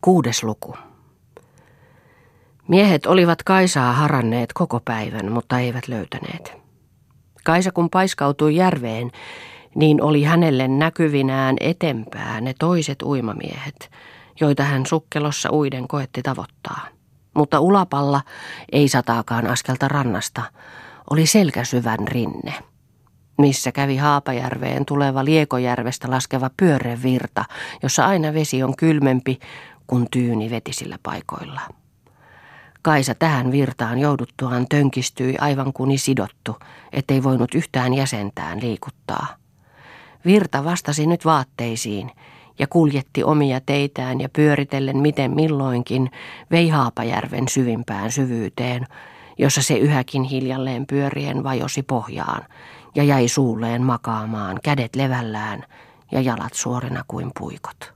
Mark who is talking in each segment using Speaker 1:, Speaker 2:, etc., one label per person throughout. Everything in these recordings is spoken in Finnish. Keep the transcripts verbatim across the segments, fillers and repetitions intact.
Speaker 1: Kuudes luku. Miehet olivat Kaisaa haranneet koko päivän, mutta eivät löytäneet. Kaisa kun paiskautui järveen, niin oli hänelle näkyvinään etempää ne toiset uimamiehet, joita hän sukkelossa uiden koetti tavoittaa. Mutta ulapalla, ei sataakaan askelta rannasta, oli selkäsyvän rinne, missä kävi Haapajärveen tuleva Liekojärvestä laskeva pyörevirta, jossa aina vesi on kylmempi kuin tyyni vetisillä paikoilla. Kaisa tähän virtaan jouduttuaan tönkistyi aivan kuni sidottu, ettei voinut yhtään jäsentään liikuttaa. Virta vastasi nyt vaatteisiin ja kuljetti omia teitään ja pyöritellen miten milloinkin vei Haapajärven syvimpään syvyyteen, jossa se yhäkin hiljalleen pyörien vajosi pohjaan ja jäi suulleen makaamaan, kädet levällään ja jalat suorina kuin puikot.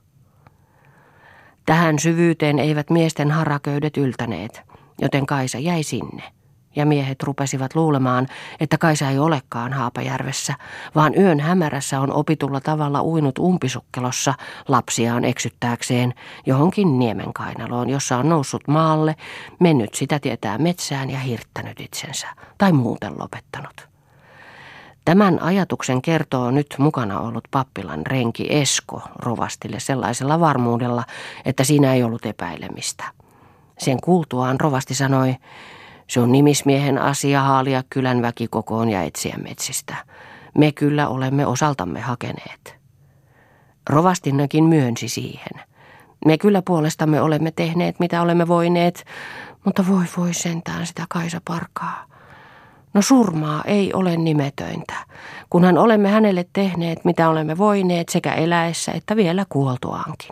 Speaker 1: Tähän syvyyteen eivät miesten haraköydet yltäneet, joten Kaisa jäi sinne, ja miehet rupesivat luulemaan, että Kaisa ei olekaan Haapajärvessä, vaan yön hämärässä on opitulla tavalla uinut umpisukkelossa lapsiaan eksyttääkseen johonkin niemenkainaloon, jossa on noussut maalle, mennyt sitä tietää metsään ja hirttänyt itsensä, tai muuten lopettanut. Tämän ajatuksen kertoo nyt mukana ollut pappilan renki Esko rovastille sellaisella varmuudella, että siinä ei ollut epäilemistä. Sen kuultuaan rovasti sanoi, se on nimismiehen asia haalia kylän väki kokoon ja etsiä metsistä. Me kyllä olemme osaltamme hakeneet. Rovastinnakin myönsi siihen. Me kyllä puolestamme olemme tehneet mitä olemme voineet, mutta voi voi sentään sitä Kaisa parkaa. No surmaa ei ole nimetöintä, kunhan olemme hänelle tehneet mitä olemme voineet sekä eläessä että vielä kuoltuaankin.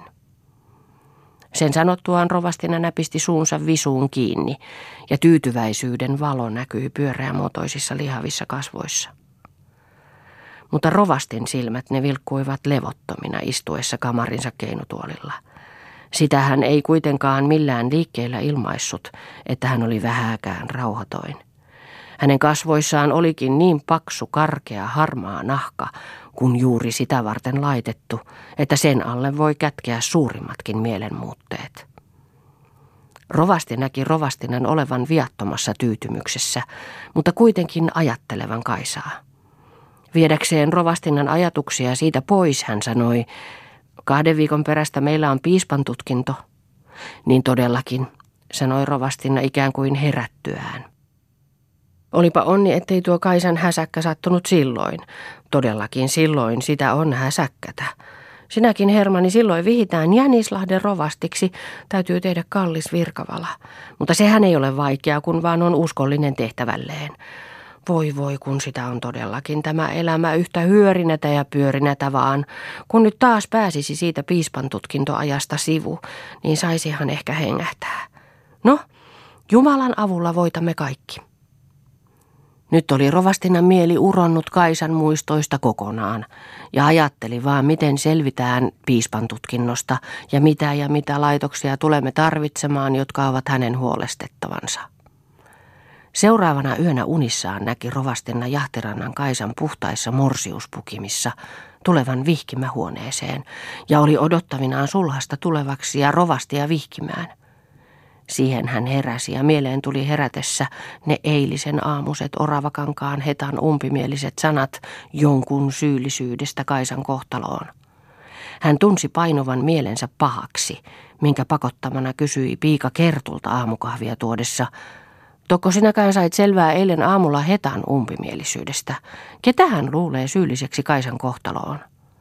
Speaker 1: Sen sanottuaan rovastina näpisti suunsa visuun kiinni ja tyytyväisyyden valo näkyi pyöreämuotoisissa lihavissa kasvoissa. Mutta rovastin silmät ne vilkkuivat levottomina istuessa kamarinsa keinutuolilla. Sitä hän ei kuitenkaan millään liikkeellä ilmaissut, että hän oli vähääkään rauhatoin. Hänen kasvoissaan olikin niin paksu, karkea, harmaa nahka, kun juuri sitä varten laitettu, että sen alle voi kätkeä suurimmatkin mielenmuutteet. Rovasti näki rovastinan olevan viattomassa tyytymyksessä, mutta kuitenkin ajattelevan Kaisaa. Viedäkseen rovastinan ajatuksia siitä pois, hän sanoi, kahden viikon perästä meillä on piispan tutkinto. Niin todellakin, sanoi rovastina ikään kuin herättyään. Olipa onni, ettei tuo Kaisan häsäkkä sattunut silloin. Todellakin silloin sitä on häsäkkätä. Sinäkin, Hermanni, silloin vihitään Jänislahden rovastiksi, täytyy tehdä kallis virkavala. Mutta sehän ei ole vaikeaa, kun vaan on uskollinen tehtävälleen. Voi voi, kun sitä on todellakin tämä elämä yhtä hyörinätä ja pyörinätä vaan. Kun nyt taas pääsisi siitä piispan tutkintoajasta sivu, niin saisihan ehkä hengähtää. No, Jumalan avulla voitamme kaikki. Nyt oli rovastinan mieli uronnut Kaisan muistoista kokonaan ja ajatteli vaan, miten selvitään piispan tutkinnosta ja mitä ja mitä laitoksia tulemme tarvitsemaan, jotka ovat hänen huolestettavansa. Seuraavana yönä unissaan näki rovastina Jahtirannan Kaisan puhtaissa morsiuspukimissa tulevan vihkimähuoneeseen ja oli odottavinaan sulhasta tulevaksi ja rovastia vihkimään. Siihen hän heräsi ja mieleen tuli herätessä ne eilisen aamuset Oravakankaan Hetan umpimieliset sanat jonkun syyllisyydestä Kaisan kohtaloon. Hän tunsi painuvan mielensä pahaksi, minkä pakottamana kysyi piika Kertulta aamukahvia tuodessa, tokko sinäkään sait selvää eilen aamulla Hetan umpimielisyydestä? Ketä hän luulee syylliseksi Kaisan kohtaloon?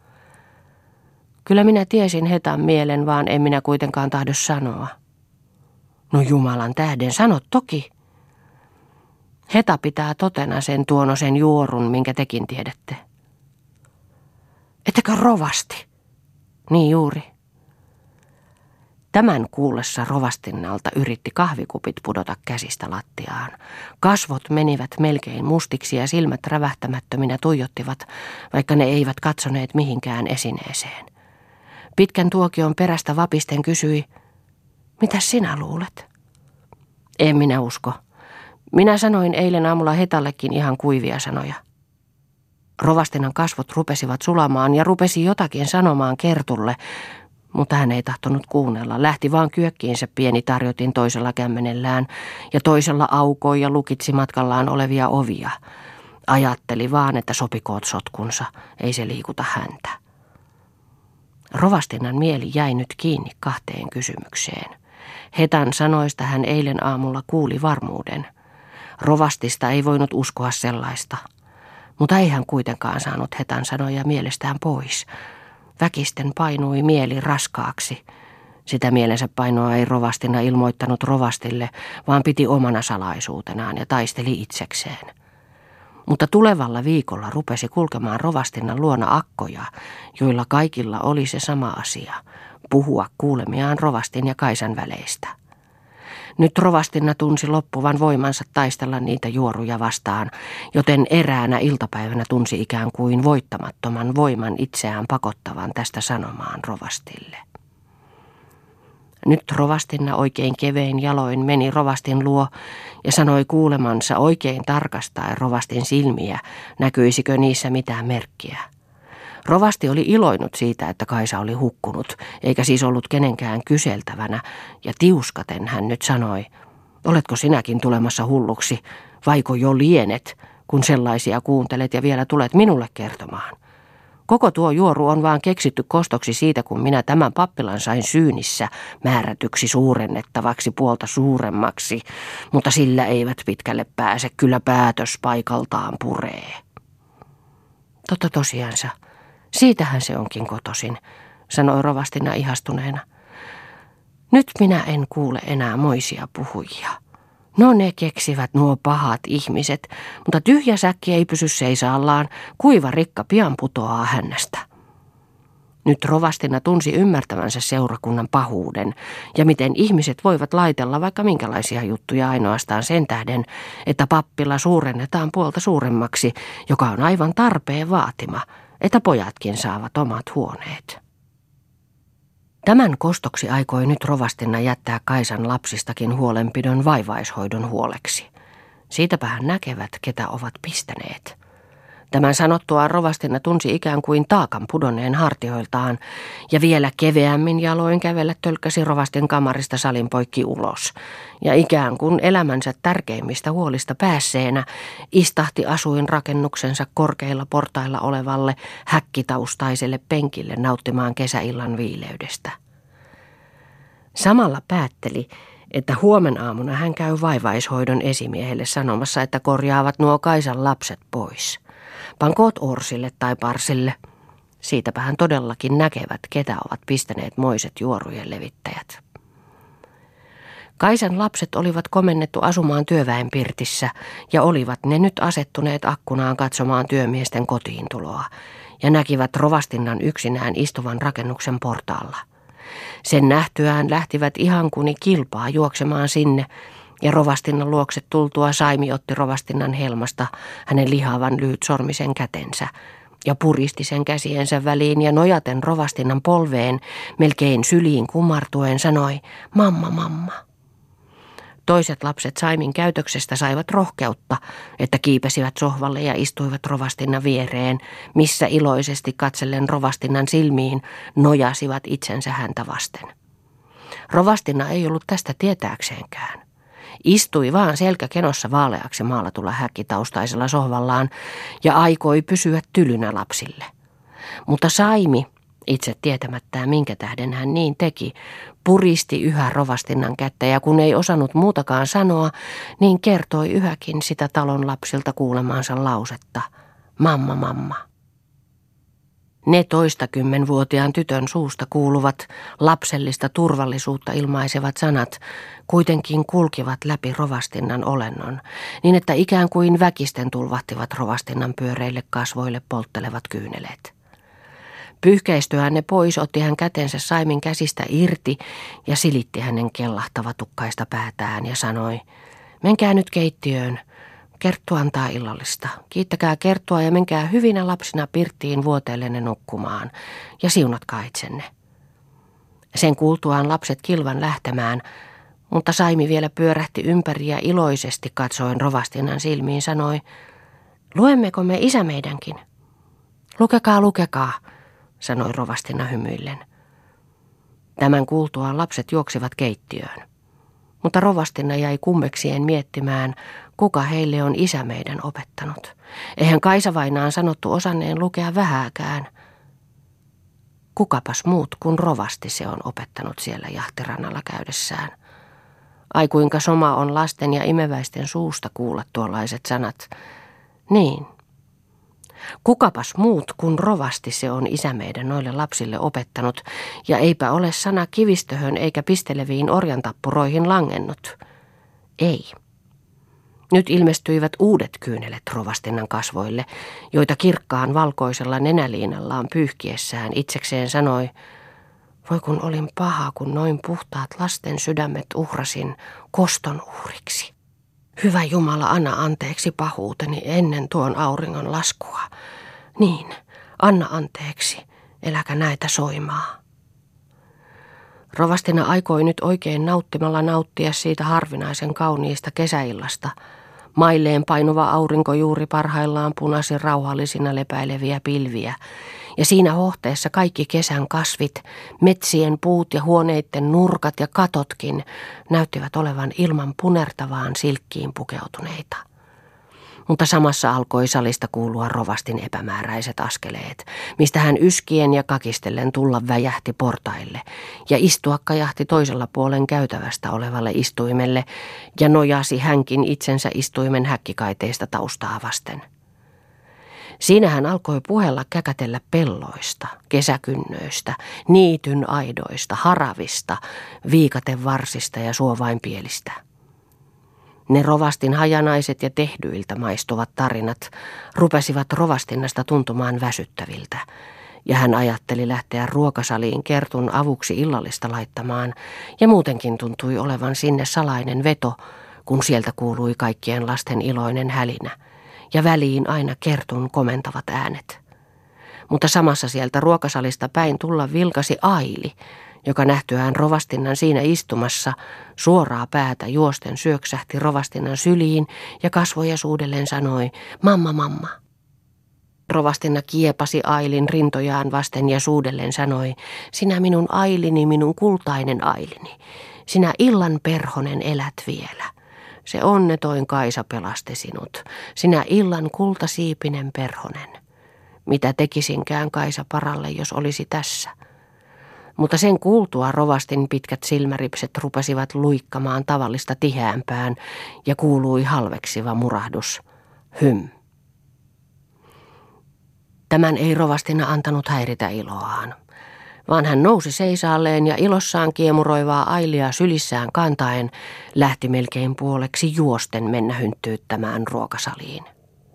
Speaker 1: Kyllä minä tiesin Hetan mielen, vaan en minä kuitenkaan tahdo sanoa. No Jumalan tähden, sano toki. Heta pitää totena sen tuonosen juorun, minkä tekin tiedätte. Ettekö rovasti? Niin juuri. Tämän kuullessa rovastinnalta yritti kahvikupit pudota käsistä lattiaan. Kasvot menivät melkein mustiksi ja silmät rävähtämättöminä tuijottivat, vaikka ne eivät katsoneet mihinkään esineeseen. Pitkän tuokion perästä vapisten kysyi, mitäs sinä luulet? En minä usko. Minä sanoin eilen aamulla Hetallekin ihan kuivia sanoja. Rovastinan kasvot rupesivat sulamaan ja rupesi jotakin sanomaan Kertulle, Mutta hän ei tahtonut kuunnella. Lähti vaan kyökkiinsä pieni tarjotin toisella kämmenellään ja toisella aukoi ja lukitsi matkallaan olevia ovia. Ajatteli vaan, että sopikoot sotkunsa, ei se liikuta häntä. Rovastinnan mieli jäi nyt kiinni kahteen kysymykseen. Hetan sanoista hän eilen aamulla kuuli varmuuden. Rovastista ei voinut uskoa sellaista. Mutta ei hän kuitenkaan saanut Hetan sanoja mielestään pois. Väkisten painui mieli raskaaksi. Sitä mielensä painoa ei Rovastina ilmoittanut rovastille, vaan piti omana salaisuutenaan ja taisteli itsekseen. Mutta tulevalla viikolla rupesi kulkemaan Rovastinnan luona akkoja, joilla kaikilla oli se sama asia, puhua kuulemiaan Rovastin ja Kaisan väleistä. Nyt Rovastinna tunsi loppuvan voimansa taistella niitä juoruja vastaan, joten eräänä iltapäivänä tunsi ikään kuin voittamattoman voiman itseään pakottavan tästä sanomaan Rovastille. Nyt Rovastinna oikein kevein jaloin meni Rovastin luo ja sanoi kuulemansa oikein tarkastaen Rovastin silmiä, näkyisikö niissä mitään merkkiä. Rovasti oli iloinut siitä, että Kaisa oli hukkunut, eikä siis ollut kenenkään kyseltävänä, ja tiuskaten hän nyt sanoi, oletko sinäkin tulemassa hulluksi, vaiko jo lienet, kun sellaisia kuuntelet ja vielä tulet minulle kertomaan. Koko tuo juoru on vaan keksitty kostoksi siitä, kun minä tämän pappilan sain Syynissä määrätyksi suurennettavaksi puolta suuremmaksi, mutta sillä eivät pitkälle pääse, kyllä päätös paikaltaan puree. Totta tosiansa, siitähän se onkin kotoisin, sanoi Rovastina ihastuneena. Nyt minä en kuule enää moisia puhujia. No ne keksivät nuo pahat ihmiset, mutta tyhjä säkki ei pysy seisaallaan, kuiva rikka pian putoaa hännästä. Nyt Rovastina tunsi ymmärtävänsä seurakunnan pahuuden ja miten ihmiset voivat laitella vaikka minkälaisia juttuja ainoastaan sen tähden, että pappila suurennetaan puolta suuremmaksi, joka on aivan tarpeen vaatima, että pojatkin saavat omat huoneet. Tämän kostoksi aikoi nyt Rovastinna jättää Kaisan lapsistakin huolenpidon vaivaishoidon huoleksi. Siitäpä hän näkevät, ketä ovat pistäneet. Tämän sanottuaan Rovastinna tunsi ikään kuin taakan pudonneen hartioiltaan, ja vielä keveämmin jaloin kävellä tölkkäsi Rovastin kamarista salin poikki ulos, ja ikään kuin elämänsä tärkeimmistä huolista päässeenä istahti asuinrakennuksensa korkeilla portailla olevalle häkkitaustaiselle penkille nauttimaan kesäillan viileydestä. Samalla päätteli, että huomenaamuna hän käy vaivaishoidon esimiehelle sanomassa, että korjaavat nuo Kaisan lapset pois. Pankoot orsille tai parsille. Siitäpä hän todellakin näkevät, ketä ovat pistäneet moiset juorujen levittäjät. Kaisan lapset olivat komennettu asumaan työväenpirtissä ja olivat ne nyt asettuneet akkunaan katsomaan työmiesten kotiintuloa ja näkivät Rovastinnan yksinään istuvan rakennuksen portaalla. Sen nähtyään lähtivät ihan kuni kilpaa juoksemaan sinne, ja Rovastinnan luokse tultua Saimi otti Rovastinnan helmasta hänen lihavan lyhytsormisen kätensä ja puristi sen käsiensä väliin ja nojaten Rovastinnan polveen, melkein syliin kumartuen sanoi, mamma, mamma. Toiset lapset Saimin käytöksestä saivat rohkeutta, että kiipesivät sohvalle ja istuivat Rovastinnan viereen, missä iloisesti katsellen Rovastinnan silmiin nojasivat itsensä häntä vasten. Rovastinna ei ollut tästä tietääkseenkään. Istui vaan selkäkenossa vaaleaksi maalatulla häkkitaustaisella sohvallaan ja aikoi pysyä tylynä lapsille. Mutta Saimi, itse tietämättään minkä tähden hän niin teki, puristi yhä Rovastinnan kättä ja kun ei osannut muutakaan sanoa, niin kertoi yhäkin sitä talon lapsilta kuulemaansa lausetta. Mamma, mamma. Ne toistakymmenvuotiaan tytön suusta kuuluvat, lapsellista turvallisuutta ilmaisevat sanat kuitenkin kulkivat läpi Rovastinnan olennon, niin että ikään kuin väkisten tulvahtivat Rovastinnan pyöreille kasvoille polttelevat kyyneleet. Pyyhkäistyään ne pois otti hän kätensä Saimin käsistä irti ja silitti hänen kellahtavatukkaista päätään ja sanoi, menkää nyt keittiöön. Kerttu antaa illallista. Kiittäkää Kerttua ja menkää hyvinä lapsina pirttiin vuoteellenne nukkumaan ja siunatkaa itsenne. Sen kuultuaan lapset kilvan lähtemään, mutta Saimi vielä pyörähti ympäri ja iloisesti katsoen Rovastinnan silmiin sanoi, luemmeko me isä meidänkin? Lukekaa, lukekaa, sanoi Rovastinna hymyillen. Tämän kuultuaan lapset juoksivat keittiöön. Mutta rovastina jäi kummeksien miettimään, kuka heille on isä meidän opettanut. Eihän Kaisa-vainaan sanottu osanneen lukea vähääkään. Kukapas muut kuin rovasti se on opettanut siellä jahtirannalla käydessään. Ai kuinka soma on lasten ja imeväisten suusta kuulla tuollaiset sanat. Niin. Kukapas muut kuin rovasti se on isä meidän noille lapsille opettanut, ja eipä ole sana kivistöhön eikä pisteleviin orjantappuroihin langennut. Ei. Nyt ilmestyivät uudet kyynelet rovastinnan kasvoille, joita kirkkaan valkoisella nenäliinallaan pyyhkiessään itsekseen sanoi, voi kun olin paha, kun noin puhtaat lasten sydämet uhrasin koston uhriksi. Hyvä Jumala, anna anteeksi pahuuteni ennen tuon auringon laskua. Niin, anna anteeksi, eläkä näitä soimaa. Rovastina aikoi nyt oikein nauttimalla nauttia siitä harvinaisen kauniista kesäillasta. Mailleen painuva aurinko juuri parhaillaan punasi rauhallisina lepäileviä pilviä, ja siinä hohteessa kaikki kesän kasvit, metsien puut ja huoneiden nurkat ja katotkin näyttivät olevan ilman punertavaan silkkiin pukeutuneita. Mutta samassa alkoi salista kuulua rovastin epämääräiset askeleet, mistä hän yskien ja kakistellen tulla väjähti portaille ja istua kajahti toisella puolen käytävästä olevalle istuimelle ja nojasi hänkin itsensä istuimen häkkikaiteista taustaa vasten. Siinä hän alkoi puhella käkätellä pelloista, kesäkynnöistä, niityn aidoista, haravista, viikatevarsista ja suovainpielistä. Ne rovastin hajanaiset ja tehdyiltä maistuvat tarinat rupesivat rovastinnasta tuntumaan väsyttäviltä, ja hän ajatteli lähteä ruokasaliin Kertun avuksi illallista laittamaan, ja muutenkin tuntui olevan sinne salainen veto, kun sieltä kuului kaikkien lasten iloinen hälinä, ja väliin aina Kertun komentavat äänet. Mutta samassa sieltä ruokasalista päin tulla vilkasi Aili, joka nähtyään rovastinnan siinä istumassa, suoraa päätä juosten syöksähti rovastinnan syliin ja kasvoja suudelleen sanoi, mamma, mamma. Rovastinna kiepasi Ailin rintojaan vasten ja suudelleen sanoi, sinä minun Ailini, minun kultainen Ailini, sinä illan perhonen elät vielä. Se onnetoin Kaisa pelasti sinut, sinä illan kultasiipinen perhonen. Mitä tekisinkään Kaisa paralle, jos olisi tässä? Mutta sen kuultua rovastin pitkät silmäripset rupesivat luikkamaan tavallista tiheämpään ja kuului halveksiva murahdus. Hym. Tämän ei rovastina antanut häiritä iloaan, vaan hän nousi seisaalleen ja ilossaan kiemuroivaa Ailia sylissään kantaen lähti melkein puoleksi juosten mennä hynttyyttämään ruokasaliin.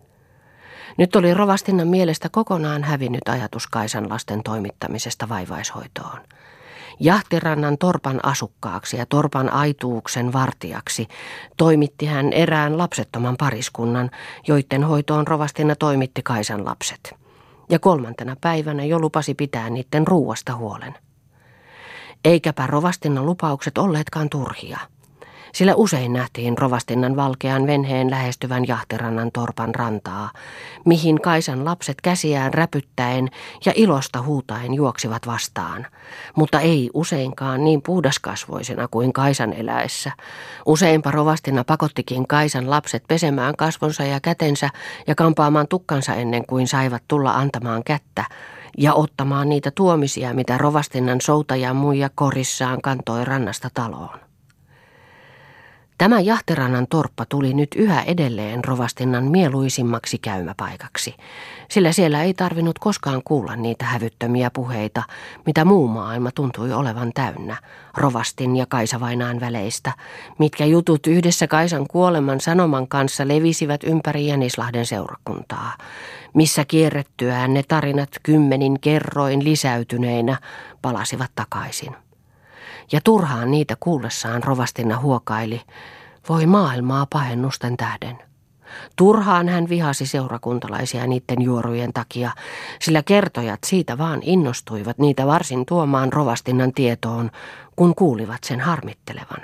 Speaker 1: Nyt oli rovastinnan mielestä kokonaan hävinnyt ajatus Kaisan lasten toimittamisesta vaivaishoitoon. Jahtirannan torpan asukkaaksi ja torpan aituuksen vartijaksi toimitti hän erään lapsettoman pariskunnan, joiden hoitoon rovastina toimitti Kaisan lapset. Ja kolmantena päivänä jo lupasi pitää niiden ruuasta huolen. Eikäpä rovastinnan lupaukset olleetkaan turhia. Sillä usein nähtiin rovastinnan valkean venheen lähestyvän jahtirannan torpan rantaa, mihin Kaisan lapset käsiään räpyttäen ja ilosta huutaen juoksivat vastaan, mutta ei useinkaan niin puhdaskasvoisena kuin Kaisan eläessä. Useinpa rovastina pakottikin Kaisan lapset pesemään kasvonsa ja kätensä ja kampaamaan tukkansa ennen kuin saivat tulla antamaan kättä ja ottamaan niitä tuomisia, mitä rovastinnan soutaja muija korissaan kantoi rannasta taloon. Tämä jahtirannan torppa tuli nyt yhä edelleen rovastinnan mieluisimmaksi käymäpaikaksi, sillä siellä ei tarvinnut koskaan kuulla niitä hävyttömiä puheita, mitä muu maailma tuntui olevan täynnä, rovastin ja Kaisa-vainaan väleistä, mitkä jutut yhdessä Kaisan kuoleman sanoman kanssa levisivät ympäri Jänislahden seurakuntaa, missä kierrettyään ne tarinat kymmenin kerroin lisäytyneinä palasivat takaisin. Ja turhaan niitä kuullessaan rovastina huokaili, voi maailmaa pahennusten tähden. Turhaan hän vihasi seurakuntalaisia niiden juorujen takia, sillä kertojat siitä vaan innostuivat niitä varsin tuomaan rovastinnan tietoon, kun kuulivat sen harmittelevan.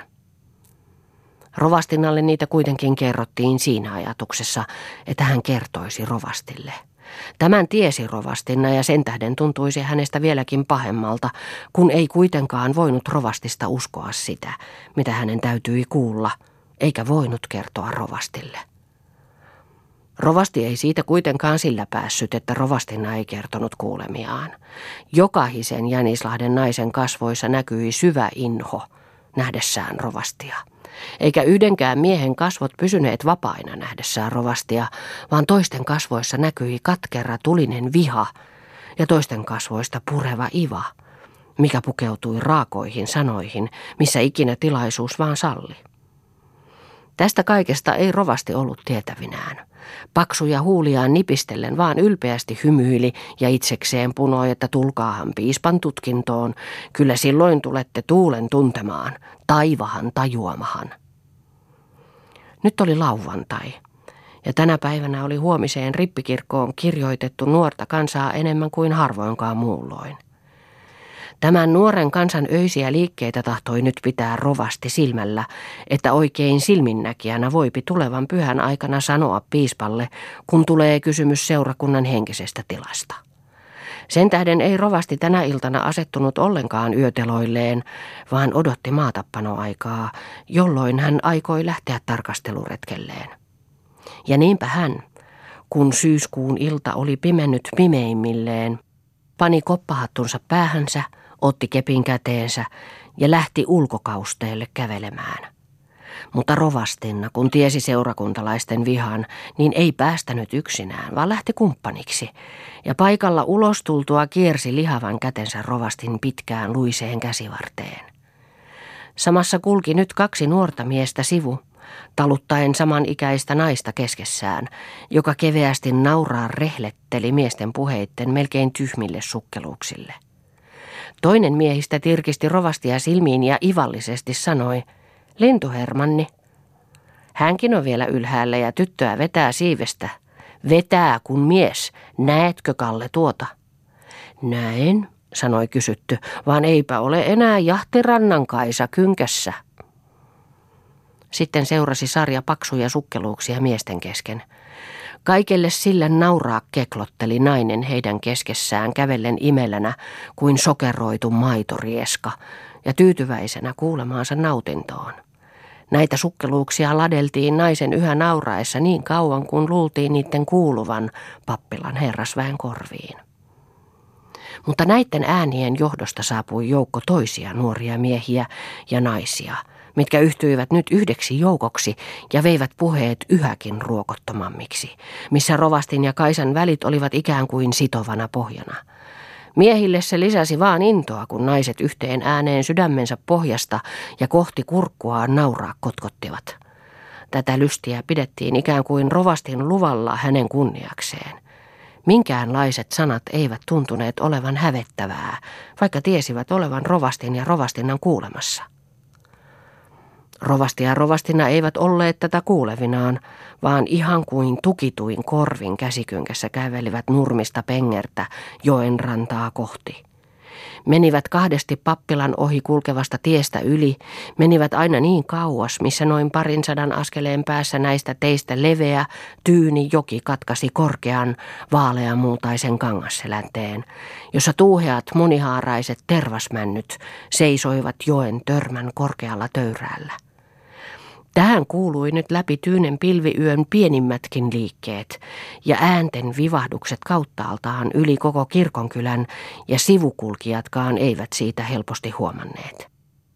Speaker 1: Rovastinnalle niitä kuitenkin kerrottiin siinä ajatuksessa, että hän kertoisi rovastille. Tämän tiesi rovastina ja sen tähden tuntuisi hänestä vieläkin pahemmalta, kun ei kuitenkaan voinut rovastista uskoa sitä, mitä hänen täytyi kuulla, eikä voinut kertoa rovastille. Rovasti ei siitä kuitenkaan sillä päässyt, että rovastina ei kertonut kuulemiaan. Jokaisen Jänislahden naisen kasvoissa näkyi syvä inho nähdessään rovastia. Eikä yhdenkään miehen kasvot pysyneet vapaina nähdessään rovastia, vaan toisten kasvoissa näkyi katkera tulinen viha ja toisten kasvoista pureva iva, mikä pukeutui raakoihin sanoihin, missä ikinä tilaisuus vaan salli. Tästä kaikesta ei rovasti ollut tietävinään. Paksuja huuliaan nipistellen vaan ylpeästi hymyili ja itsekseen punoi, että tulkaahan piispan tutkintoon, kyllä silloin tulette tuulen tuntemaan, taivahan tajuamahan. Nyt oli lauantai, ja tänä päivänä oli huomiseen rippikirkkoon kirjoitettu nuorta kansaa enemmän kuin harvoinkaan muulloin. Tämän nuoren kansan öisiä liikkeitä tahtoi nyt pitää rovasti silmällä, että oikein silminnäkijänä voipi tulevan pyhän aikana sanoa piispalle, kun tulee kysymys seurakunnan henkisestä tilasta. Sen tähden ei rovasti tänä iltana asettunut ollenkaan yöteloilleen, vaan odotti maatappanoaikaa, jolloin hän aikoi lähteä tarkasteluretkelleen. Ja niinpä hän, kun syyskuun ilta oli pimennyt pimeimmilleen, pani koppahattunsa päähänsä, otti kepin käteensä ja lähti ulkokausteelle kävelemään. Mutta rovastina, kun tiesi seurakuntalaisten vihan, niin ei päästänyt yksinään, vaan lähti kumppaniksi. Ja paikalla ulos tultua kiersi lihavan kätensä rovastin pitkään luiseen käsivarteen. Samassa kulki nyt kaksi nuorta miestä sivu, taluttaen samanikäistä naista keskessään, joka keveästi nauraa rehletteli miesten puheitten melkein tyhmille sukkeluuksille. Toinen miehistä tirkisti rovastia silmiin ja ivallisesti sanoi, lintuhermanni. Hänkin on vielä ylhäällä ja tyttöä vetää siivestä. Vetää kun mies, näetkö Kalle tuota? Näen, sanoi kysytty, vaan eipä ole enää Jahtirannan Kaisa kynkässä. Sitten seurasi sarja paksuja sukkeluuksia miesten kesken. Kaikelle sille nauraa keklotteli nainen heidän keskessään kävellen imelänä kuin sokeroitu maitorieska ja tyytyväisenä kuulemaansa nautintoon. Näitä sukkeluuksia ladeltiin naisen yhä nauraessa niin kauan, kun luultiin niiden kuuluvan pappilan herrasväen korviin. Mutta näiden äänien johdosta saapui joukko toisia nuoria miehiä ja naisia, mitkä yhtyivät nyt yhdeksi joukoksi ja veivät puheet yhäkin ruokottomammiksi, missä rovastin ja Kaisan välit olivat ikään kuin sitovana pohjana. Miehille se lisäsi vaan intoa, kun naiset yhteen ääneen sydämensä pohjasta ja kohti kurkkuaan nauraa kotkottivat. Tätä lystiä pidettiin ikään kuin rovastin luvalla hänen kunniakseen. Minkäänlaiset sanat eivät tuntuneet olevan hävettävää, vaikka tiesivät olevan rovastin ja rovastinnan kuulemassa. Rovasti ja rovastina eivät olleet tätä kuulevinaan, vaan ihan kuin tukituin korvin käsikynkässä kävelivät nurmista pengertä joen rantaa kohti. Menivät kahdesti pappilan ohi kulkevasta tiestä yli, menivät aina niin kauas, missä noin parin sadan askeleen päässä näistä teistä leveä, tyyni joki katkasi korkean, vaaleanmultaisen kangasselänteen, jossa tuuheat monihaaraiset tervasmännyt seisoivat joen törmän korkealla töyräällä. Tähän kuului nyt läpi tyynen pilviyön pienimmätkin liikkeet ja äänten vivahdukset kauttaaltaan yli koko kirkonkylän ja sivukulkijatkaan eivät siitä helposti huomanneet.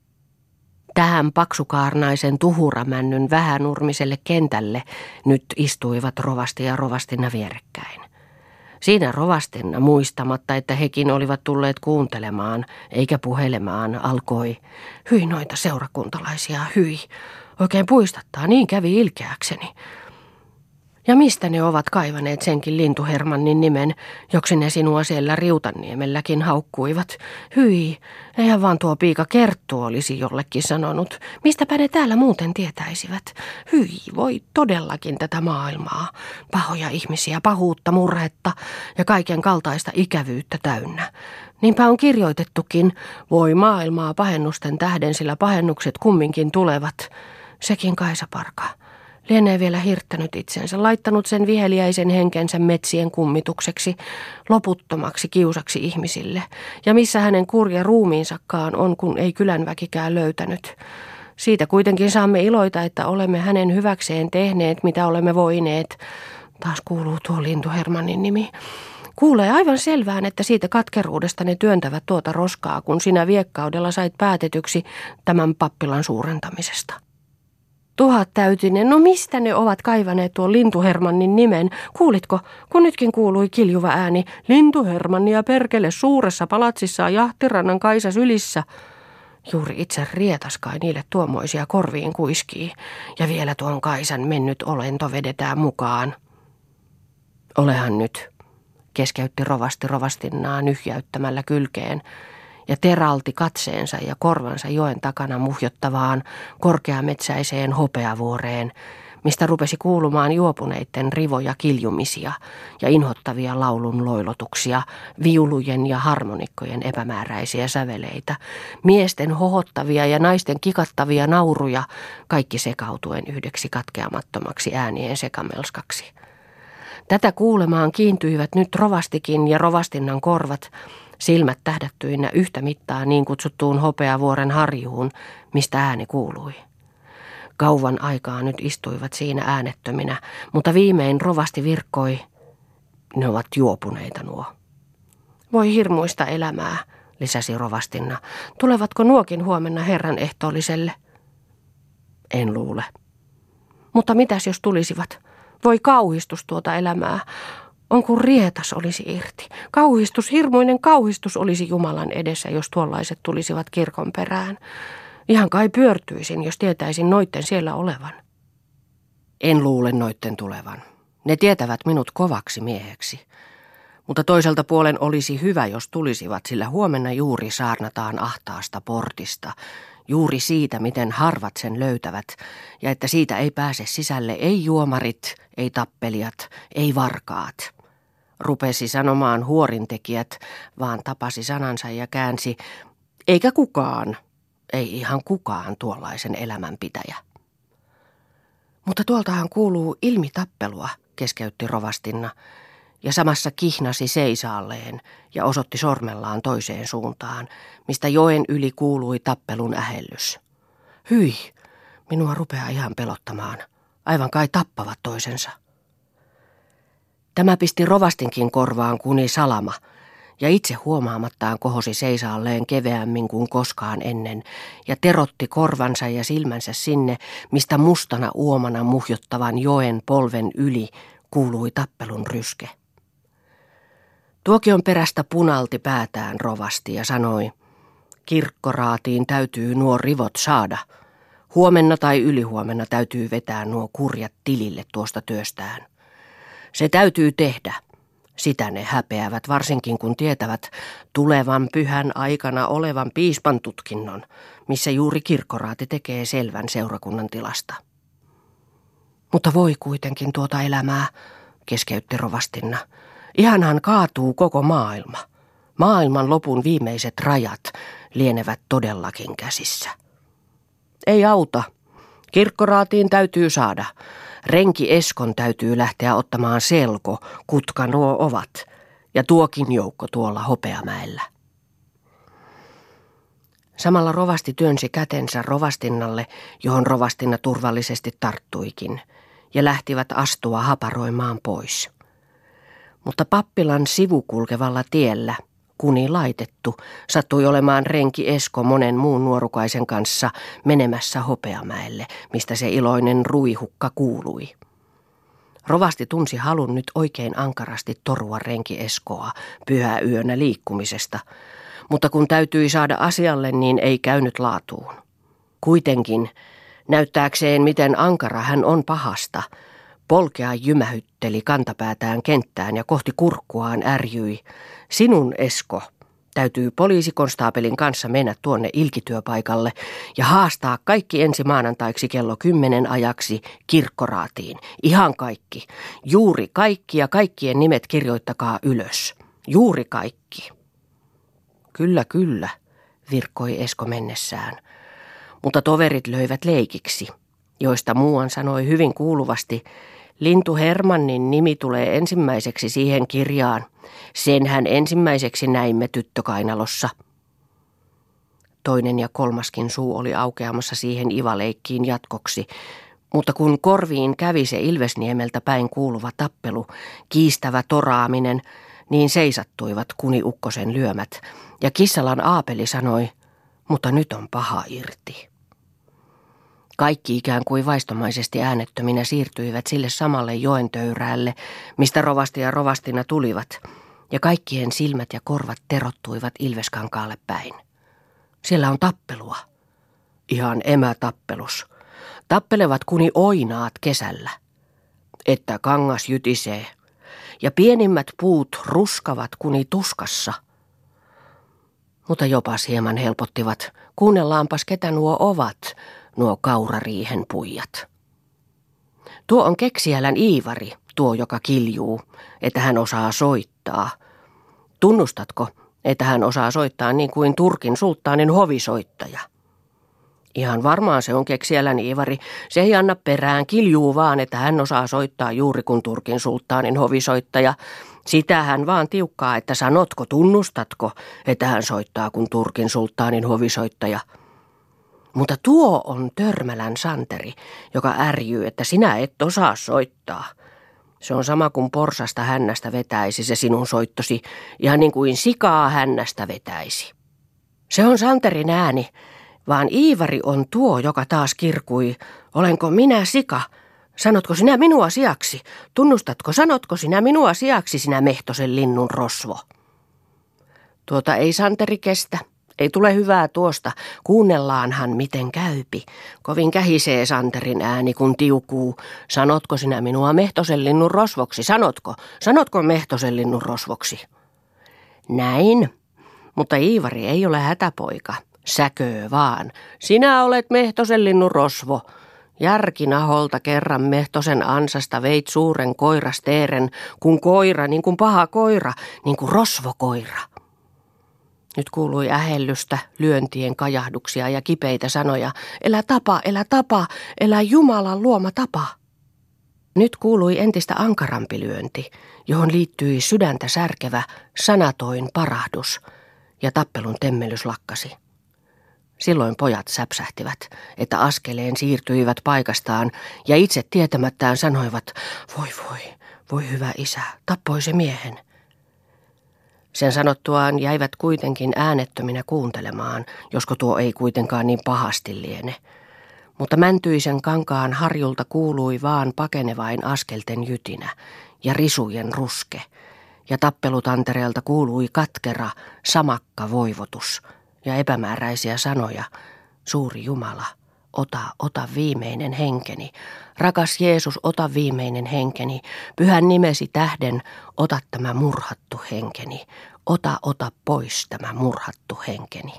Speaker 1: Tähän paksukaarnaisen tuhuramännyn vähänurmiselle kentälle nyt istuivat rovasti ja rovastina vierekkäin. Siinä rovastina, muistamatta, että hekin olivat tulleet kuuntelemaan eikä puhelemaan, alkoi, hyi noita seurakuntalaisia, hyi. Oikein puistattaa, niin kävi ilkeäkseni. Ja mistä ne ovat kaivaneet senkin lintuhermannin nimen, joksi ne sinua siellä Riutanniemelläkin haukkuivat? Hyi, eihän vaan tuo piika Kerttu olisi jollekin sanonut. Mistäpä ne täällä muuten tietäisivät? Hyi, voi todellakin tätä maailmaa. Pahoja ihmisiä, pahuutta, murhetta ja kaiken kaltaista ikävyyttä täynnä. Niinpä on kirjoitettukin, voi maailmaa pahennusten tähden, sillä pahennukset kumminkin tulevat. Sekin Kaisa Parka. Lienee vielä hirttänyt itsensä, laittanut sen viheliäisen henkensä metsien kummitukseksi, loputtomaksi kiusaksi ihmisille. Ja missä hänen kurja ruumiinsakaan on, kun ei kylän väkikään löytänyt. Siitä kuitenkin saamme iloita, että olemme hänen hyväkseen tehneet, mitä olemme voineet. Taas kuuluu tuo lintu Hermannin nimi. Kuulee aivan selvään, että siitä katkeruudesta ne työntävät tuota roskaa, kun sinä viekkaudella sait päätetyksi tämän pappilan suurentamisesta. Tuhat täytinen, no mistä ne ovat kaivaneet tuon Lintu Hermannin nimen? Kuulitko, kun nytkin kuului kiljuva ääni, Lintu Hermannia perkele suuressa palatsissaan Jahtirannan Kaisa sylissä. Juuri itse rietas kai niille tuommoisia korviin kuiskii, ja vielä tuon Kaisan mennyt olento vedetään mukaan. Olehan nyt, keskeytti rovasti rovastinnaa nyhjäyttämällä kylkeen, ja teralti katseensa ja korvansa joen takana muhjottavaan, korkeametsäiseen hopeavuoreen, mistä rupesi kuulumaan juopuneitten rivoja kiljumisia ja inhottavia laulun loilotuksia, viulujen ja harmonikkojen epämääräisiä säveleitä, miesten hohottavia ja naisten kikattavia nauruja, kaikki sekautuen yhdeksi katkeamattomaksi äänien sekamelskaksi. Tätä kuulemaan kiintyivät nyt rovastikin ja rovastinnan korvat, silmät tähdättyinä yhtä mittaa niin kutsuttuun hopeavuoren harjuun, mistä ääni kuului. Kauan aikaa nyt istuivat siinä äänettöminä, mutta viimein rovasti virkkoi. Ne ovat juopuneita nuo. Voi hirmuista elämää, lisäsi rovastinna. Tulevatko nuokin huomenna herran ehtoolliselle? En luule. Mutta mitäs jos tulisivat? Voi kauhistus tuota elämää. On kuin rietas olisi irti. Kauhistus, hirmuinen kauhistus olisi Jumalan edessä, jos tuollaiset tulisivat kirkon perään. Ihan kai pyörtyisin, jos tietäisin noitten siellä olevan. En luule noitten tulevan. Ne tietävät minut kovaksi mieheksi. Mutta toiselta puolen olisi hyvä, jos tulisivat, sillä huomenna juuri saarnataan ahtaasta portista. Juuri siitä, miten harvat sen löytävät, ja että siitä ei pääse sisälle ei juomarit, ei tappelijat, ei varkaat. Rupesi sanomaan huorintekijät, vaan tapasi sanansa ja käänsi, eikä kukaan, ei ihan kukaan tuollaisen elämänpitäjä. Mutta tuoltahan kuuluu ilmitappelua, keskeytti rovastinna, ja samassa kihnasi seisaalleen ja osoitti sormellaan toiseen suuntaan, mistä joen yli kuului tappelun ähellys. Hyi, minua rupeaa ihan pelottamaan. Aivan kai tappavat toisensa. Tämä pisti rovastinkin korvaan kuni salama, ja itse huomaamattaan kohosi seisaalleen keveämmin kuin koskaan ennen, ja terotti korvansa ja silmänsä sinne, mistä mustana uomana muhjottavan joen polven yli kuului tappelun ryske. Tuokion perästä punalti päätään rovasti ja sanoi, kirkkoraatiin täytyy nuo rivot saada. Huomenna tai ylihuomenna täytyy vetää nuo kurjat tilille tuosta työstään. Se täytyy tehdä. Sitä ne häpeävät, varsinkin kun tietävät tulevan pyhän aikana olevan piispan tutkinnon, missä juuri kirkkoraati tekee selvän seurakunnan tilasta. Mutta voi kuitenkin tuota elämää, keskeytti rovastinna. Ihanhan kaatuu koko maailma. Maailman lopun viimeiset rajat lienevät todellakin käsissä. Ei auta. Kirkkoraatiin täytyy saada. Renki Eskon täytyy lähteä ottamaan selko, kutka nuo ovat, ja tuokin joukko tuolla Hopeamäellä. Samalla rovasti työnsi kätensä rovastinnalle, johon rovastinna turvallisesti tarttuikin, ja lähtivät astua haparoimaan pois. Mutta pappilan sivukulkevalla tiellä, kuni laitettu, sattui olemaan renki Esko monen muun nuorukaisen kanssa menemässä Hopeamäelle, mistä se iloinen ruihukka kuului. Rovasti tunsi halun nyt oikein ankarasti torua renki Eskoa pyhäyönä liikkumisesta, mutta kun täytyi saada asialle, niin ei käynyt laatuun. Kuitenkin, näyttääkseen miten ankara hän on pahasta, polkea jymähytteli kantapäätään kenttään ja kohti kurkkuaan ärjyi. Sinun, Esko, täytyy poliisikonstaapelin kanssa mennä tuonne ilkityöpaikalle ja haastaa kaikki ensi maanantaiksi kello kymmenen ajaksi kirkkoraatiin. Ihan kaikki. Juuri kaikki ja kaikkien nimet kirjoittakaa ylös. Juuri kaikki. Kyllä, kyllä, virkkoi Esko mennessään. Mutta toverit löivät leikiksi. joista muuan sanoi hyvin kuuluvasti, lintu Hermannin nimi tulee ensimmäiseksi siihen kirjaan. Senhän ensimmäiseksi näimme tyttökainalossa. Toinen ja kolmaskin suu oli aukeamassa siihen ivaleikkiin jatkoksi, mutta kun korviin kävi se Ilvesniemeltä päin kuuluva tappelu, kiistävä toraaminen, niin seisattuivat Kuni Ukkosen lyömät, ja Kissalan Aapeli sanoi, mutta nyt on paha irti. Kaikki ikään kuin vaistomaisesti äänettöminä siirtyivät sille samalle joen töyräälle, mistä rovasti ja rovastina tulivat, ja kaikkien silmät ja korvat terottuivat Ilveskankaalle päin. Siellä on tappelua. Ihan emätappelus. Tappelevat kuni oinaat kesällä. Että kangas jytisee. Ja pienimmät puut ruskavat kuni tuskassa. Mutta jopas hieman helpottivat. Kuunnellaanpas ketä nuo ovat, nuo kaurariihen puijat. Tuo on Keksijälän Iivari, tuo joka kiljuu, että hän osaa soittaa. Tunnustatko, että hän osaa soittaa niin kuin Turkin sulttaanin hovisoittaja? Ihan varmaan se on Keksijälän Iivari. Se ei anna perään, kiljuu vaan, että hän osaa soittaa juuri kuin Turkin sulttaanin hovisoittaja. Sitä hän vaan tiukkaa, että sanotko, tunnustatko, että hän soittaa kuin Turkin sulttaanin hovisoittaja. Mutta tuo on Törmälän Santeri, joka ärjyy, että sinä et osaa soittaa. Se on sama kuin porsasta hännästä vetäisi se sinun soittosi, ihan niin kuin sikaa hännästä vetäisi. Se on Santerin ääni, vaan Iivari on tuo, joka taas kirkui. Olenko minä sika? Sanotko sinä minua siaksi? Tunnustatko, sanotko sinä minua siaksi, sinä Mehtosen linnun rosvo? Tuota ei Santeri kestä. Ei tule hyvää tuosta. Kuunnellaanhan miten käypi. Kovin kähisee Santerin ääni, kun tiukuu. Sanotko sinä minua Mehtosen linnun rosvoksi? Sanotko? Sanotko Mehtosen linnun rosvoksi? Näin. Mutta Iivari ei ole hätäpoika. Säköö vaan. Sinä olet Mehtosen linnun rosvo. Järkinaholta kerran Mehtosen ansasta veit suuren koirasteeren, kun koira, niin kuin paha koira, niin kuin rosvokoira. Nyt kuului ähellystä, lyöntien kajahduksia ja kipeitä sanoja. Elä tapa, elä tapa, elä Jumalan luoma tapa. Nyt kuului entistä ankarampi lyönti, johon liittyi sydäntä särkevä, sanatoin parahdus, ja tappelun temmelys lakkasi. Silloin pojat säpsähtivät, että askeleen siirtyivät paikastaan, ja itse tietämättään sanoivat, voi voi, voi hyvä isä, tappoi se miehen. Sen sanottuaan jäivät kuitenkin äänettöminä kuuntelemaan, josko tuo ei kuitenkaan niin pahasti liene. Mutta Mäntyisen kankaan harjulta kuului vaan pakenevain askelten jytinä ja risujen ruske, ja tappelutantereelta kuului katkera, samakka voivotus ja epämääräisiä sanoja. Suuri Jumala, ota, ota viimeinen henkeni. Rakas Jeesus, ota viimeinen henkeni. Pyhän nimesi tähden, ota tämä murhattu henkeni. Ota, ota pois tämä murhattu henkeni.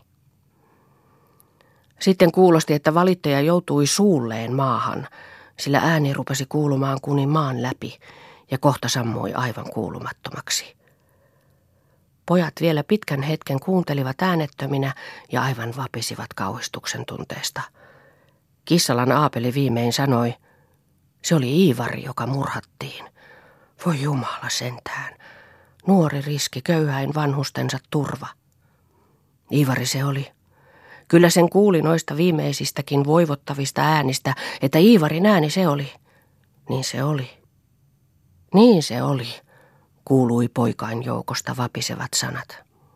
Speaker 1: Sitten kuulosti, että valittaja joutui suulleen maahan, sillä ääni rupesi kuulumaan kuni maan läpi ja kohta sammui aivan kuulumattomaksi. Pojat vielä pitkän hetken kuuntelivat äänettöminä ja aivan vapisivat kauhistuksen tunteesta. Kissalan Aapeli viimein sanoi, se oli Iivari, joka murhattiin. Voi Jumala sentään, nuori riski, köyhäin vanhustensa turva. Iivari se oli. Kyllä sen kuuli noista viimeisistäkin voivottavista äänistä, että Iivarin ääni se oli. Niin se oli. Niin se oli, kuului poikain joukosta vapisevat sanat.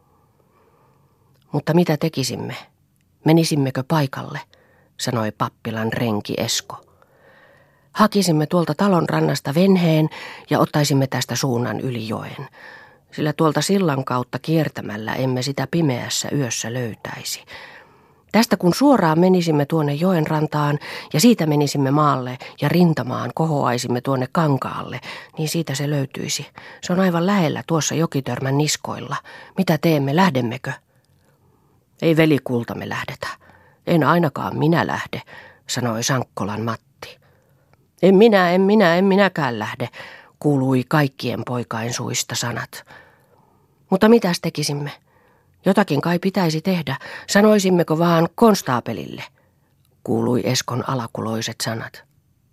Speaker 1: Mutta mitä tekisimme? Menisimmekö paikalle, sanoi pappilan renki Esko. Hakisimme tuolta talon rannasta venheen ja ottaisimme tästä suunnan yli joen, sillä tuolta sillan kautta kiertämällä emme sitä pimeässä yössä löytäisi. Tästä kun suoraan menisimme tuonne joen rantaan ja siitä menisimme maalle ja rintamaan kohoaisimme tuonne kankaalle, niin siitä se löytyisi. Se on aivan lähellä tuossa jokitörmän niskoilla. Mitä teemme, lähdemmekö? Ei velikulta me lähdetä. En ainakaan minä lähde, sanoi Sankkolan Matti. En minä, en minä, en minäkään lähde, kuului kaikkien poikain suista sanat. Mutta mitäs tekisimme? Jotakin kai pitäisi tehdä. Sanoisimmeko vaan konstaapelille? kuului Eskon alakuloiset sanat.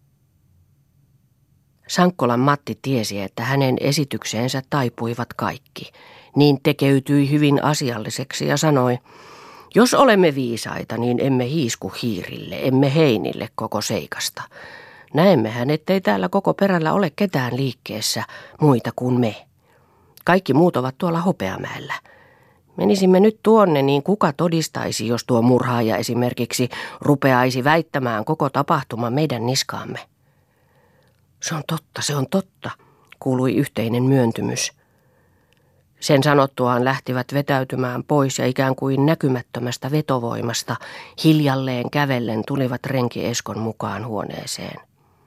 Speaker 1: Sankkolan Matti tiesi, että hänen esitykseensä taipuivat kaikki. Niin tekeytyi hyvin asialliseksi ja sanoi, jos olemme viisaita, niin emme hiisku hiirille, emme heinille koko seikasta. Näemmehän, ettei täällä koko perällä ole ketään liikkeessä muita kuin me. Kaikki muut ovat tuolla Hopeamäellä. Menisimme nyt tuonne, niin kuka todistaisi, jos tuo murhaaja esimerkiksi rupeaisi väittämään koko tapahtuma meidän niskaamme? Se on totta, se on totta, kuului yhteinen myöntymys. Sen sanottuaan lähtivät vetäytymään pois ja ikään kuin näkymättömästä vetovoimasta hiljalleen kävellen tulivat renki Eskon mukaan huoneeseen.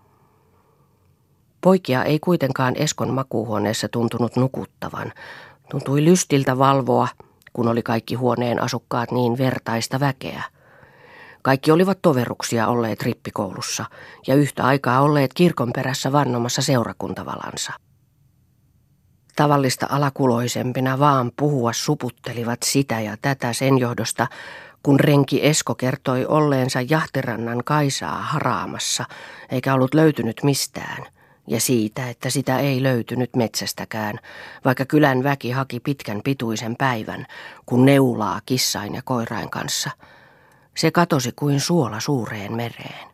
Speaker 1: Poikia ei kuitenkaan Eskon makuuhuoneessa tuntunut nukuttavan. Tuntui lystiltä valvoa, kun oli kaikki huoneen asukkaat niin vertaista väkeä. Kaikki olivat toveruksia olleet rippikoulussa ja yhtä aikaa olleet kirkon perässä vannomassa seurakuntavalansa. Tavallista alakuloisempina vaan puhua suputtelivat sitä ja tätä sen johdosta, kun renki Esko kertoi olleensa Jahtirannan Kaisaa haraamassa, eikä ollut löytynyt mistään, ja siitä, että sitä ei löytynyt metsästäkään, vaikka kylän väki haki pitkän pituisen päivän, kun neulaa kissain ja koirain kanssa. Se katosi kuin suola suureen mereen.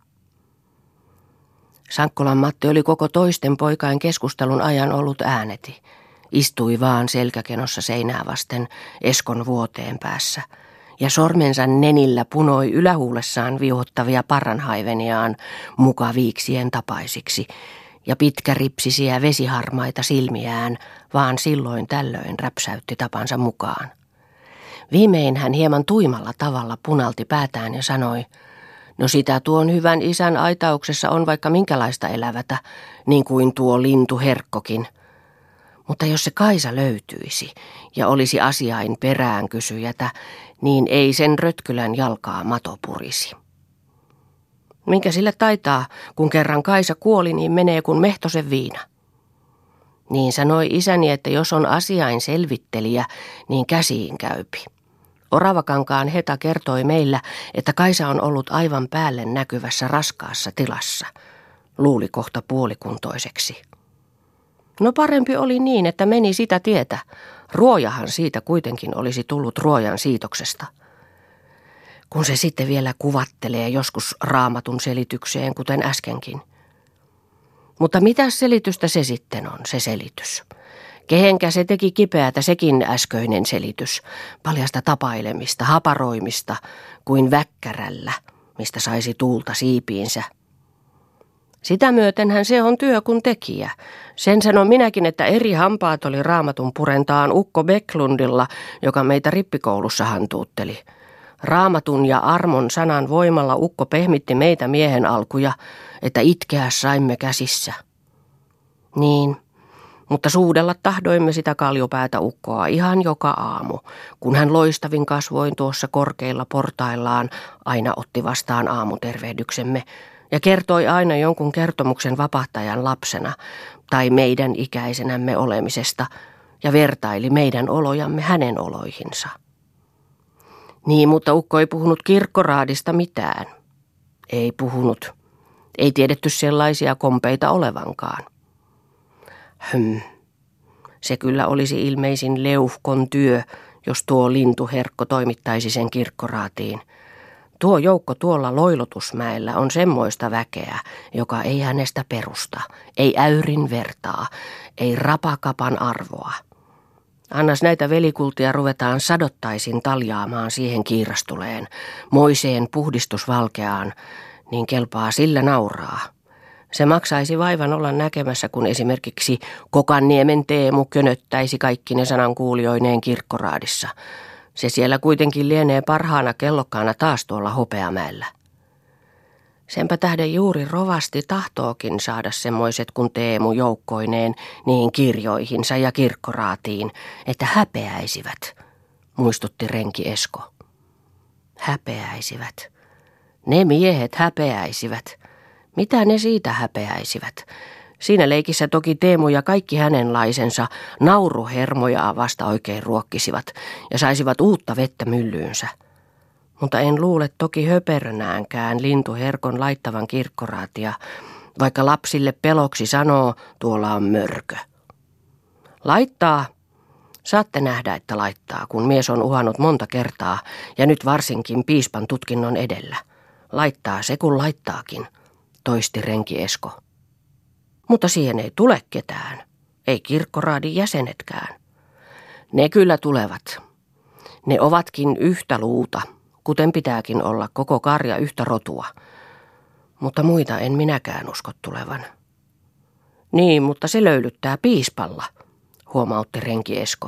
Speaker 1: Sankkolan Matti oli koko toisten poikain keskustelun ajan ollut ääneti. Istui vaan selkäkenossa seinää vasten Eskon vuoteen päässä, ja sormensa nenillä punoi ylähuulessaan viuhottavia parranhaiveniaan mukaviiksien tapaisiksi, ja pitkäripsisiä vesiharmaita silmiään vaan silloin tällöin räpsäytti tapansa mukaan. Viimein hän hieman tuimalla tavalla punalti päätään ja sanoi, no sitä tuon hyvän isän aitauksessa on vaikka minkälaista elävätä, niin kuin tuo lintu Herkkokin. Mutta jos se Kaisa löytyisi ja olisi asiain perään kysyjätä, niin ei sen rötkylän jalkaa mato purisi. Minkä sille taitaa, kun kerran Kaisa kuoli, niin menee kuin Mehtosen viina. Niin sanoi isäni, että jos on asiain selvittelijä, niin käsiin käypi. Oravakankaan Heta kertoi meillä, että Kaisa on ollut aivan päälle näkyvässä raskaassa tilassa. Luuli kohta puolikuntoiseksi. No parempi oli niin, että meni sitä tietä. Ruojahan siitä kuitenkin olisi tullut ruojan siitoksesta. Kun se sitten vielä kuvattelee joskus Raamatun selitykseen, kuten äskenkin. Mutta mitä selitystä se sitten on, se selitys? Kehenkä se teki kipeätä sekin äsköinen selitys, paljasta tapailemista, haparoimista, kuin väkkärällä, mistä saisi tuulta siipiinsä. Sitä myötenhän se on työ kun tekijä. Sen sanon minäkin, että eri hampaat oli Raamatun purentaan Ukko Bäcklundilla, joka meitä rippikoulussa hantuutteli. Raamatun ja armon sanan voimalla Ukko pehmitti meitä miehen alkuja, että itkeä saimme käsissä. Niin, mutta suudella tahdoimme sitä kaljopäätä Ukkoa ihan joka aamu, kun hän loistavin kasvoin tuossa korkeilla portaillaan aina otti vastaan aamutervehdyksemme ja kertoi aina jonkun kertomuksen vapahtajan lapsena tai meidän ikäisenämme olemisesta ja vertaili meidän olojamme hänen oloihinsa. Niin, mutta Ukko ei puhunut kirkkoraadista mitään. Ei puhunut. Ei tiedetty sellaisia kompeita olevankaan. Hm. Se kyllä olisi ilmeisin leuhkon työ, jos tuo lintu Herkko toimittaisi sen kirkkoraatiin. Tuo joukko tuolla Loilotusmäellä on semmoista väkeä, joka ei hänestä perusta, ei äyrin vertaa, ei rapakapan arvoa. Annas näitä velikultia ruvetaan sadottaisin taljaamaan siihen kiirastuleen, moiseen puhdistusvalkeaan, niin kelpaa sillä nauraa. Se maksaisi vaivan olla näkemässä, kun esimerkiksi Kokanniemen Teemu könöttäisi kaikki ne sanankuulijoineen kirkkoraadissa. Se siellä kuitenkin lienee parhaana kellokkaana taas tuolla Hopeamäellä. Senpä tähden juuri rovasti tahtookin saada semmoiset kuin Teemu joukkoineen niin kirjoihinsa ja kirkkoraatiin, että häpeäisivät, muistutti renki Esko. Häpeäisivät. Ne miehet häpeäisivät. Mitä ne siitä häpeäisivät? Siinä leikissä toki Teemu ja kaikki hänenlaisensa nauruhermoja vasta oikein ruokkisivat ja saisivat uutta vettä myllyynsä. Mutta en luule toki höperönäänkään lintuherkon laittavan kirkkoraatia, vaikka lapsille peloksi sanoo, tuolla on mörkö. Laittaa. Saatte nähdä, että laittaa, kun mies on uhannut monta kertaa, ja nyt varsinkin piispan tutkinnon edellä. Laittaa se, kun laittaakin, toisti renki Esko. Mutta siihen ei tule ketään, ei kirkkoraadin jäsenetkään. Ne kyllä tulevat. Ne ovatkin yhtä luuta, kuten pitääkin olla koko karja yhtä rotua. Mutta muita en minäkään usko tulevan. Niin, mutta se löylyttää piispalla, huomautti renki Esko.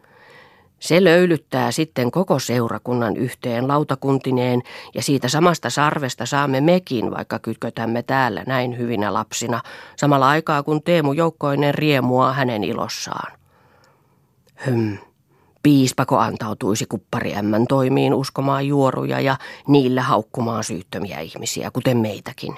Speaker 1: Se löylyttää sitten koko seurakunnan yhteen lautakuntineen ja siitä samasta sarvesta saamme mekin, vaikka kytkötämme täällä näin hyvinä lapsina, samalla aikaa kun Teemu joukkoinen riemua hänen ilossaan. Hym, piispako antautuisi kuppariämmän toimiin uskomaan juoruja ja niillä haukkumaan syyttömiä ihmisiä, kuten meitäkin.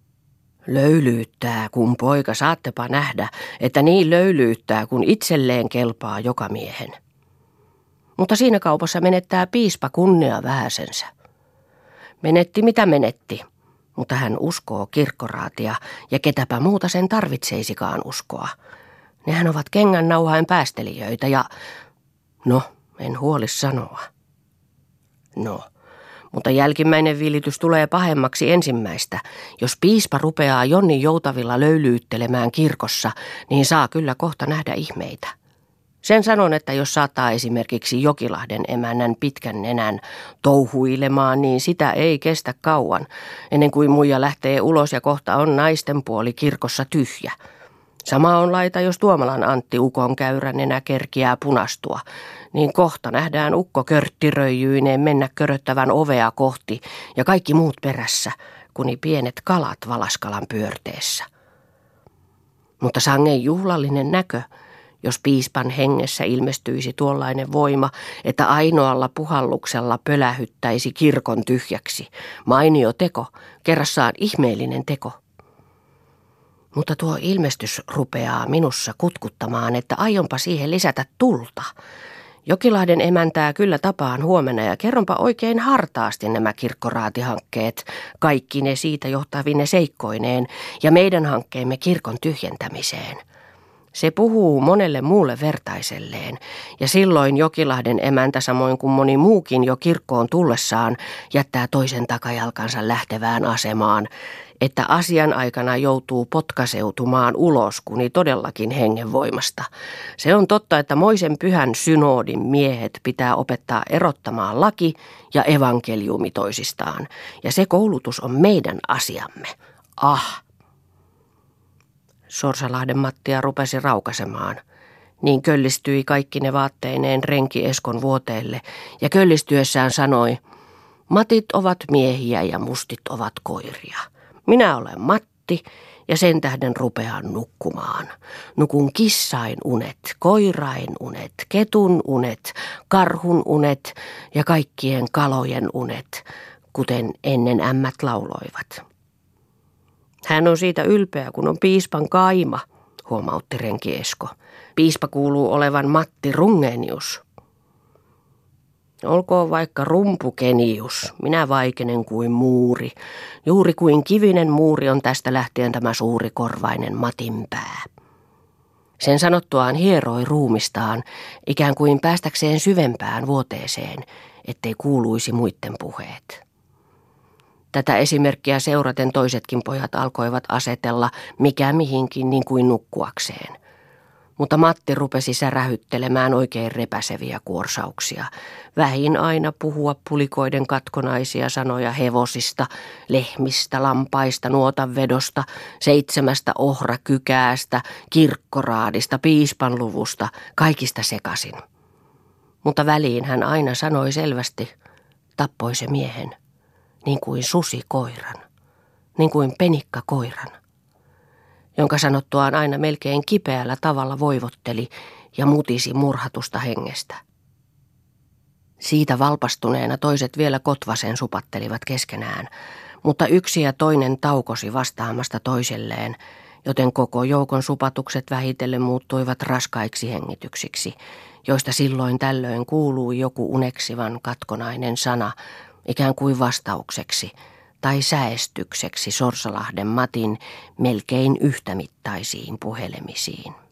Speaker 1: Löylyyttää, kun poika, saattepa nähdä, että niin löylyyttää, kun itselleen kelpaa joka miehen. Mutta siinä kaupassa menettää piispa kunnia vähäsensä. Menetti mitä menetti, mutta hän uskoo kirkkoraatia ja ketäpä muuta sen tarvitseisikaan uskoa. Nehän ovat kengän nauhain päästelijöitä ja, no, en huoli sanoa. No, mutta jälkimmäinen vilitys tulee pahemmaksi ensimmäistä. Jos piispa rupeaa Jonnin joutavilla löylyyttelemään kirkossa, niin saa kyllä kohta nähdä ihmeitä. Sen sanon, että jos saattaa esimerkiksi Jokilahden emännän pitkän nenän touhuilemaan, niin sitä ei kestä kauan, ennen kuin muija lähtee ulos ja kohta on naisten puoli kirkossa tyhjä. Sama on laita, jos Tuomalan Antti ukon käyrän nenä kerkiää punastua, niin kohta nähdään ukko körttiröijyineen mennä köröttävän ovea kohti ja kaikki muut perässä, kuni pienet kalat Valaskalan pyörteessä. Mutta sangen juhlallinen näkö, jos piispan hengessä ilmestyisi tuollainen voima, että ainoalla puhalluksella pölähyttäisi kirkon tyhjäksi. Mainio teko, kerrassaan ihmeellinen teko. Mutta tuo ilmestys rupeaa minussa kutkuttamaan, että aionpa siihen lisätä tulta. Jokilahden emäntää kyllä tapaan huomenna ja kerronpa oikein hartaasti nämä kirkkoraatihankkeet, kaikki ne siitä johtavine seikkoineen ja meidän hankkeemme kirkon tyhjentämiseen. Se puhuu monelle muulle vertaiselleen, ja silloin Jokilahden emäntä samoin kuin moni muukin jo kirkkoon tullessaan jättää toisen takajalkansa lähtevään asemaan, että asian aikana joutuu potkaseutumaan ulos, kuni todellakin hengenvoimasta. Se on totta, että Moisen pyhän synodin miehet pitää opettaa erottamaan laki ja evankeliumi toisistaan, ja se koulutus on meidän asiamme. Ah! Sorsalahden Mattia rupesi raukasemaan. Niin köllistyi kaikki ne vaatteineen renki Eskon vuoteelle ja köllistyessään sanoi, matit ovat miehiä ja mustit ovat koiria. Minä olen Matti ja sen tähden rupean nukkumaan. Nukun kissain unet, koirain unet, ketun unet, karhun unet ja kaikkien kalojen unet, kuten ennen ämmät lauloivat. Hän on siitä ylpeä, kun on piispan kaima, huomautti renki Esko. Piispa kuuluu olevan Matti Rungenius. Olkoon vaikka rumpukenius, minä vaikenen kuin muuri. Juuri kuin kivinen muuri on tästä lähtien tämä suuri korvainen Matin pää. Sen sanottuaan hieroi ruumistaan, ikään kuin päästäkseen syvempään vuoteeseen, ettei kuuluisi muitten puheet. Tätä esimerkkiä seuraten toisetkin pojat alkoivat asetella mikä mihinkin niin kuin nukkuakseen. Mutta Matti rupesi särähyttelemään oikein repäseviä kuorsauksia. Vähin aina puhua pulikoiden katkonaisia sanoja hevosista, lehmistä, lampaista, nuotanvedosta, seitsemästä ohrakykäästä, kirkkoraadista, piispanluvusta, kaikista sekasin. Mutta väliin hän aina sanoi selvästi, tappoi se miehen. Niin kuin susi koiran, niin kuin penikka koiran, jonka sanottuaan aina melkein kipeällä tavalla voivotteli ja mutisi murhatusta hengestä. Siitä valpastuneena toiset vielä kotvasen supattelivat keskenään, mutta yksi ja toinen taukosi vastaamasta toiselleen, joten koko joukon supatukset vähitellen muuttuivat raskaiksi hengityksiksi, joista silloin tällöin kuului joku uneksivan katkonainen sana, ikään kuin vastaukseksi tai säestykseksi Sorsalahden Matin melkein yhtämittaisiin puhelemisiin.